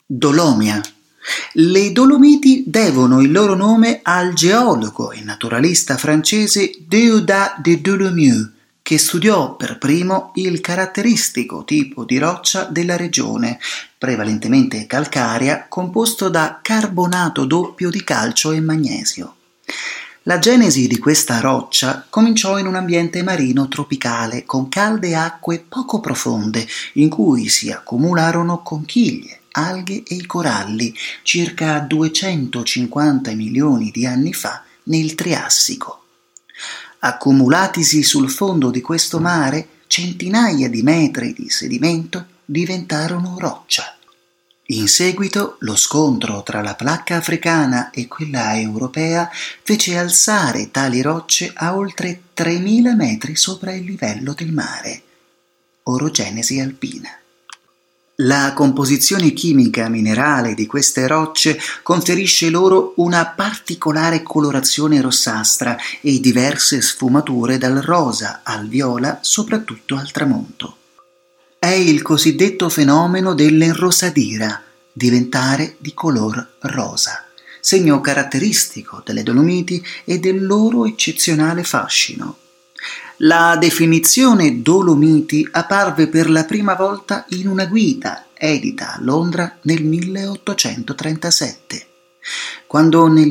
Dolomia. Le Dolomiti devono il loro nome al geologo e naturalista francese Déodat de Dolomieu, che studiò per primo il caratteristico tipo di roccia della regione, prevalentemente calcarea, composto da carbonato doppio di calcio e magnesio. La genesi di questa roccia cominciò in un ambiente marino tropicale con calde acque poco profonde, in cui si accumularono conchiglie, alghe e i coralli circa 250 milioni di anni fa nel Triassico. Accumulatisi sul fondo di questo mare, centinaia di metri di sedimento diventarono roccia. In seguito lo scontro tra la placca africana e quella europea fece alzare tali rocce a oltre 3.000 metri sopra il livello del mare. Orogenesi alpina. La composizione chimica minerale di queste rocce conferisce loro una particolare colorazione rossastra e diverse sfumature dal rosa al viola, soprattutto al tramonto. È il cosiddetto fenomeno dell'enrosadira, diventare di color rosa, segno caratteristico delle Dolomiti e del loro eccezionale fascino. La definizione Dolomiti apparve per la prima volta in una guida edita a Londra nel 1837. Quando nel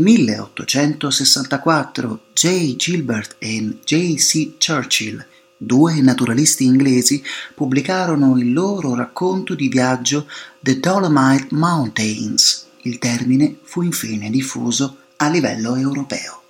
1864 J. Gilbert e J. C. Churchill, due naturalisti inglesi, pubblicarono il loro racconto di viaggio The Dolomite Mountains, il termine fu infine diffuso a livello europeo.